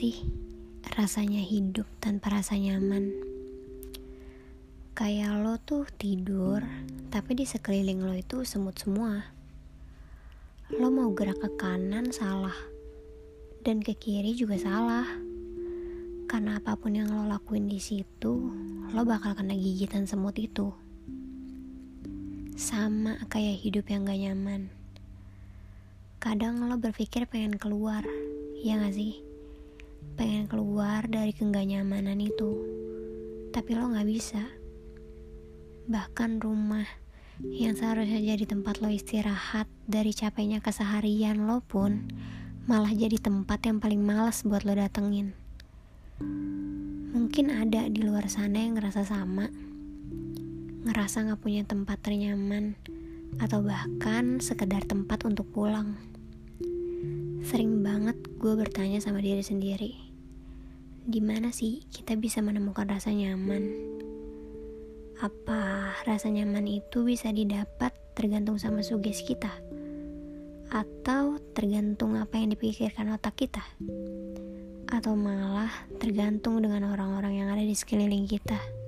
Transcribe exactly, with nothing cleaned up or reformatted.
sih rasanya hidup tanpa rasa nyaman? Kayak lo tuh tidur, tapi di sekeliling lo itu semut semua. Lo mau gerak ke kanan salah, dan ke kiri juga salah. Karena apapun yang lo lakuin di situ, lo bakal kena gigitan semut itu. Sama kayak hidup yang gak nyaman. Kadang lo berpikir pengen keluar, ya gak sih? Pengen keluar dari kenyamanan itu, tapi lo gak bisa. Bahkan rumah yang seharusnya jadi tempat lo istirahat dari capeknya keseharian lo pun malah jadi tempat yang paling malas buat lo datengin. Mungkin ada di luar sana yang ngerasa sama, ngerasa gak punya tempat ternyaman, atau bahkan sekedar tempat untuk pulang. Sering banget gue bertanya sama diri sendiri, gimana sih kita bisa menemukan rasa nyaman? Apa rasa nyaman itu bisa didapat tergantung sama sugesti kita? Atau tergantung apa yang dipikirkan otak kita? Atau malah tergantung dengan orang-orang yang ada di sekeliling kita?